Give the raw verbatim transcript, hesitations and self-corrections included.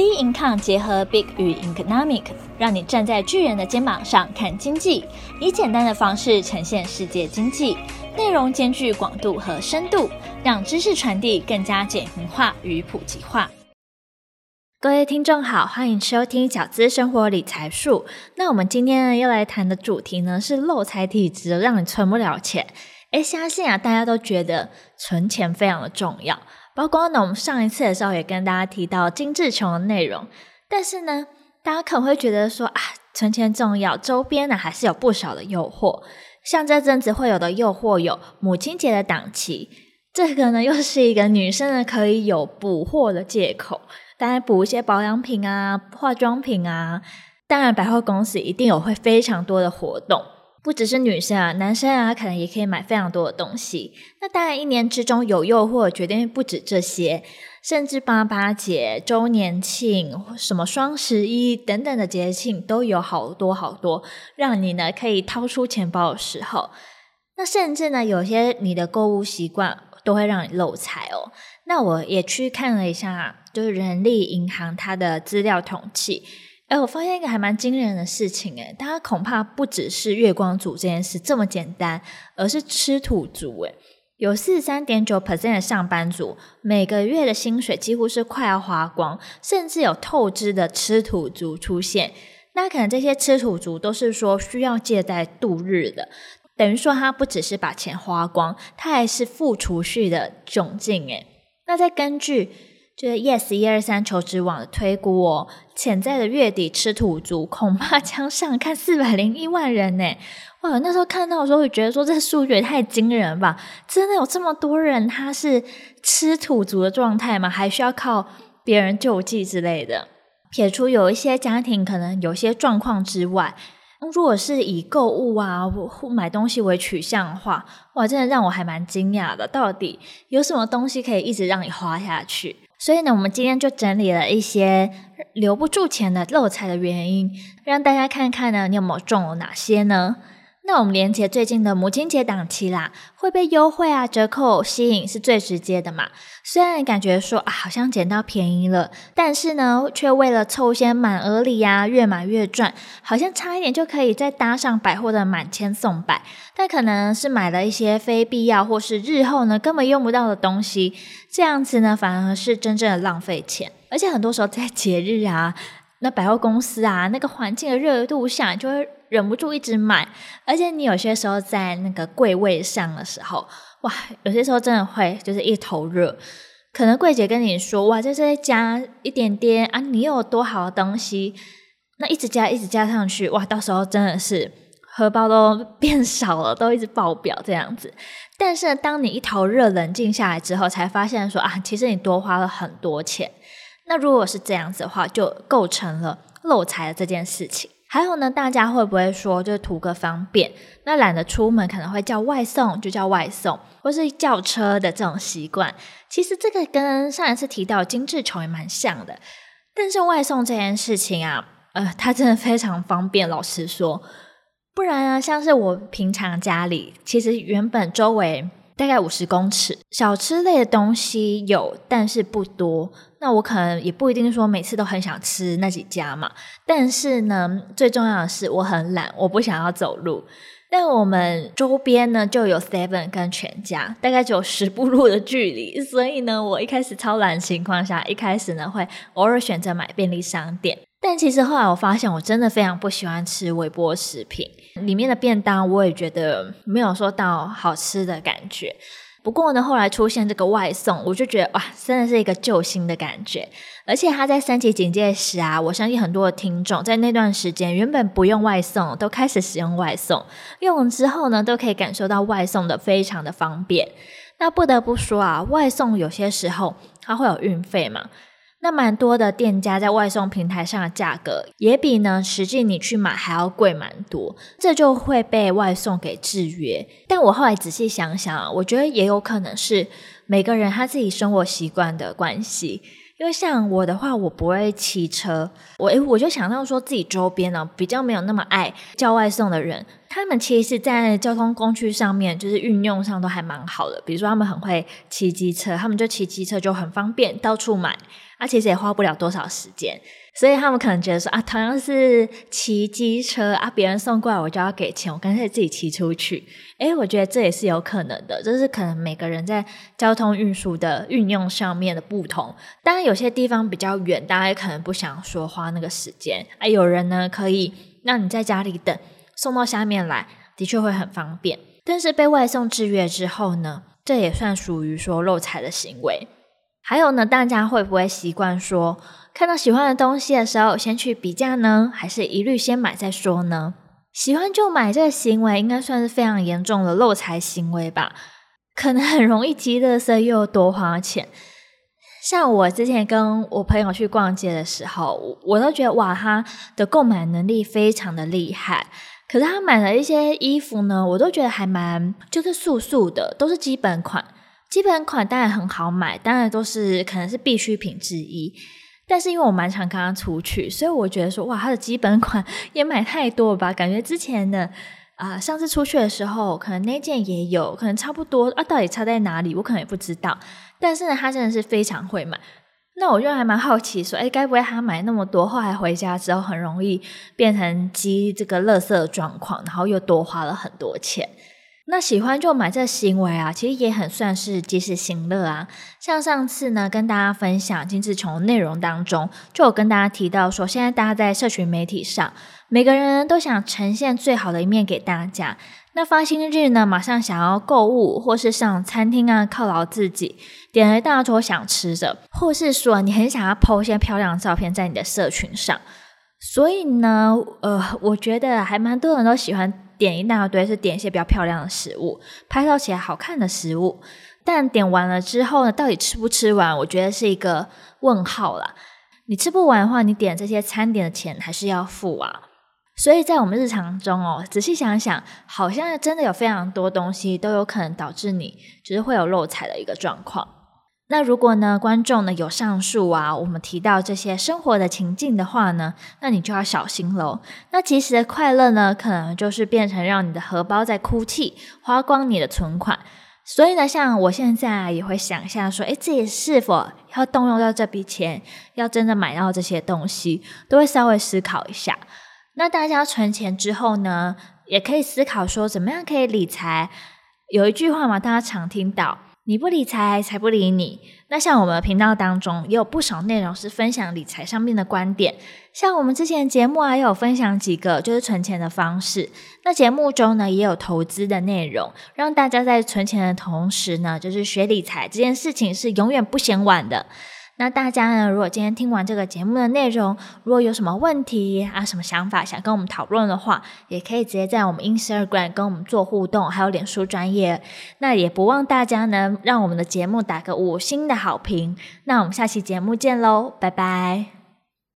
B Income 结合 Big 与 Economic， 让你站在巨人的肩膀上看经济，以简单的方式呈现世界经济，内容兼具广度和深度，让知识传递更加简明化与普及化。各位听众好，欢迎收听小资生活理财术。那我们今天呢要来谈的主题呢是漏财体质，让你存不了钱。诶，相信啊大家都觉得存钱非常的重要，包括呢我们上一次的时候也跟大家提到精致穷的内容。但是呢大家可能会觉得说啊存钱重要，周边呢还是有不少的诱惑。像这阵子会有的诱惑有母亲节的档期，这个呢又是一个女生呢可以有补货的借口，当然补一些保养品啊化妆品啊，当然百货公司一定有会非常多的活动，不只是女生啊，男生啊可能也可以买非常多的东西。那当然一年之中有诱惑绝对不止这些，甚至八八节、周年庆、什么双十一等等的节庆都有好多好多让你呢可以掏出钱包的时候。那甚至呢有些你的购物习惯都会让你漏财哦。那我也去看了一下就是人力银行它的资料统计，诶我发现一个还蛮惊人的事情诶，大家恐怕不只是月光族这件事这么简单，而是吃土族诶。有 百分之四十三点九 的上班族每个月的薪水几乎是快要花光，甚至有透支的吃土族出现。那可能这些吃土族都是说需要借贷度日的，等于说他不只是把钱花光，他还是付储蓄的窘境诶。那再根据就是 Yes 一二三 求职网的推估哦，潜在的月底吃土族恐怕将上看四百零一万人耶。哇，那时候看到的时候会觉得说这数据也太惊人了吧，真的有这么多人他是吃土族的状态吗？还需要靠别人救济之类的。撇除有一些家庭可能有些状况之外，如果是以购物啊买东西为取向的话，哇，真的让我还蛮惊讶的，到底有什么东西可以一直让你花下去。所以呢我们今天就整理了一些留不住钱的漏财的原因，让大家看看呢你有没有中了哪些呢。那我们连结最近的母亲节档期啦，会被优惠啊折扣吸引是最直接的嘛。虽然感觉说啊好像捡到便宜了，但是呢却为了凑一些满额礼啊，越买越赚，好像差一点就可以再搭上百货的满千送百，但可能是买了一些非必要或是日后呢根本用不到的东西，这样子呢反而是真正的浪费钱。而且很多时候在节日啊那百货公司啊那个环境的热度下，就会忍不住一直买。而且你有些时候在那个柜位上的时候，哇，有些时候真的会就是一头热，可能柜姐跟你说哇这再加一点点啊，你又有多好的东西，那一直加一直加上去，哇，到时候真的是荷包都变少了，都一直爆表这样子。但是当你一头热冷静下来之后，才发现说啊其实你多花了很多钱。那如果是这样子的话，就构成了漏财的这件事情。还有呢，大家会不会说就是图个方便，那懒得出门可能会叫外送就叫外送，或是叫车的这种习惯。其实这个跟上一次提到精致穷也蛮像的，但是外送这件事情啊呃，它真的非常方便，老实说。不然啊像是我平常家里其实原本周围大概五十公尺，小吃类的东西有但是不多，那我可能也不一定说每次都很想吃那几家嘛。但是呢最重要的是我很懒，我不想要走路。但我们周边呢就有 seven 跟全家，大概只有十步路的距离，所以呢我一开始超懒的情况下，一开始呢会偶尔选择买便利商店。但其实后来我发现我真的非常不喜欢吃微波食品，里面的便当我也觉得没有说到好吃的感觉。不过呢后来出现这个外送，我就觉得哇真的是一个救星的感觉。而且他在三级警戒时啊，我相信很多的听众在那段时间原本不用外送都开始使用外送，用了之后呢都可以感受到外送的非常的方便。那不得不说啊，外送有些时候它会有运费嘛，那蛮多的店家在外送平台上的价格也比呢实际你去买还要贵蛮多，这就会被外送给制约。但我后来仔细想想啊，我觉得也有可能是每个人他自己生活习惯的关系。因为像我的话我不会骑车，我诶我就想到说自己周边呢比较没有那么爱叫外送的人，他们其实在交通工具上面就是运用上都还蛮好的。比如说他们很会骑机车，他们就骑机车就很方便到处买啊，其实也花不了多少时间，所以他们可能觉得说啊，同样是骑机车啊，别人送过来我就要给钱，我干脆自己骑出去。诶，我觉得这也是有可能的，这是可能每个人在交通运输的运用上面的不同。当然有些地方比较远，大家也可能不想说花那个时间啊，有人呢可以让你在家里等，送到下面来，的确会很方便。但是被外送制约之后呢，这也算属于说漏财的行为。还有呢，大家会不会习惯说看到喜欢的东西的时候先去比价呢，还是一律先买再说呢？喜欢就买这个行为应该算是非常严重的漏财行为吧，可能很容易积垃圾又多花钱。像我之前跟我朋友去逛街的时候，我都觉得哇，他的购买能力非常的厉害，可是他买了一些衣服呢，我都觉得还蛮就是素素的，都是基本款。基本款当然很好买，当然都是可能是必需品之一，但是因为我蛮常跟他出去，所以我觉得说哇，他的基本款也买太多了吧，感觉之前的啊、呃，上次出去的时候可能那件也有，可能差不多啊，到底差在哪里我可能也不知道，但是呢他真的是非常会买。那我就还蛮好奇说，诶，该不会他买那么多后来回家之后很容易变成积这个垃圾的状况，然后又多花了很多钱。那喜欢就买这行为啊，其实也很算是及时行乐啊。像上次呢跟大家分享金志琼的内容当中，就有跟大家提到说，现在大家在社群媒体上，每个人都想呈现最好的一面给大家。那发薪日呢，马上想要购物或是上餐厅啊犒劳自己，点了一大桌想吃的，或是说你很想要 po 一些漂亮的照片在你的社群上。所以呢呃，我觉得还蛮多人都喜欢点一大堆，是点一些比较漂亮的食物，拍照起来好看的食物，但点完了之后呢，到底吃不吃完，我觉得是一个问号啦。你吃不完的话，你点这些餐点的钱还是要付啊。所以在我们日常中哦，仔细想想，好像真的有非常多东西都有可能导致你就是会有漏财的一个状况。那如果呢观众呢有上述啊我们提到这些生活的情境的话呢，那你就要小心咯。那其实的快乐呢，可能就是变成让你的荷包在哭泣，花光你的存款。所以呢，像我现在也会想一下说，诶，自己是否要动用到这笔钱，要真的买到这些东西，都会稍微思考一下。那大家存钱之后呢，也可以思考说怎么样可以理财。有一句话嘛，大家常听到，你不理财，财不理你。那像我们的频道当中也有不少内容是分享理财上面的观点，像我们之前的节目啊也有分享几个就是存钱的方式，那节目中呢也有投资的内容，让大家在存钱的同时呢，就是学理财这件事情是永远不嫌晚的。那大家呢，如果今天听完这个节目的内容，如果有什么问题啊、什么想法想跟我们讨论的话，也可以直接在我们 Instagram 跟我们做互动，还有脸书专页。那也不忘大家呢，让我们的节目打个五星的好评。那我们下期节目见咯，拜拜。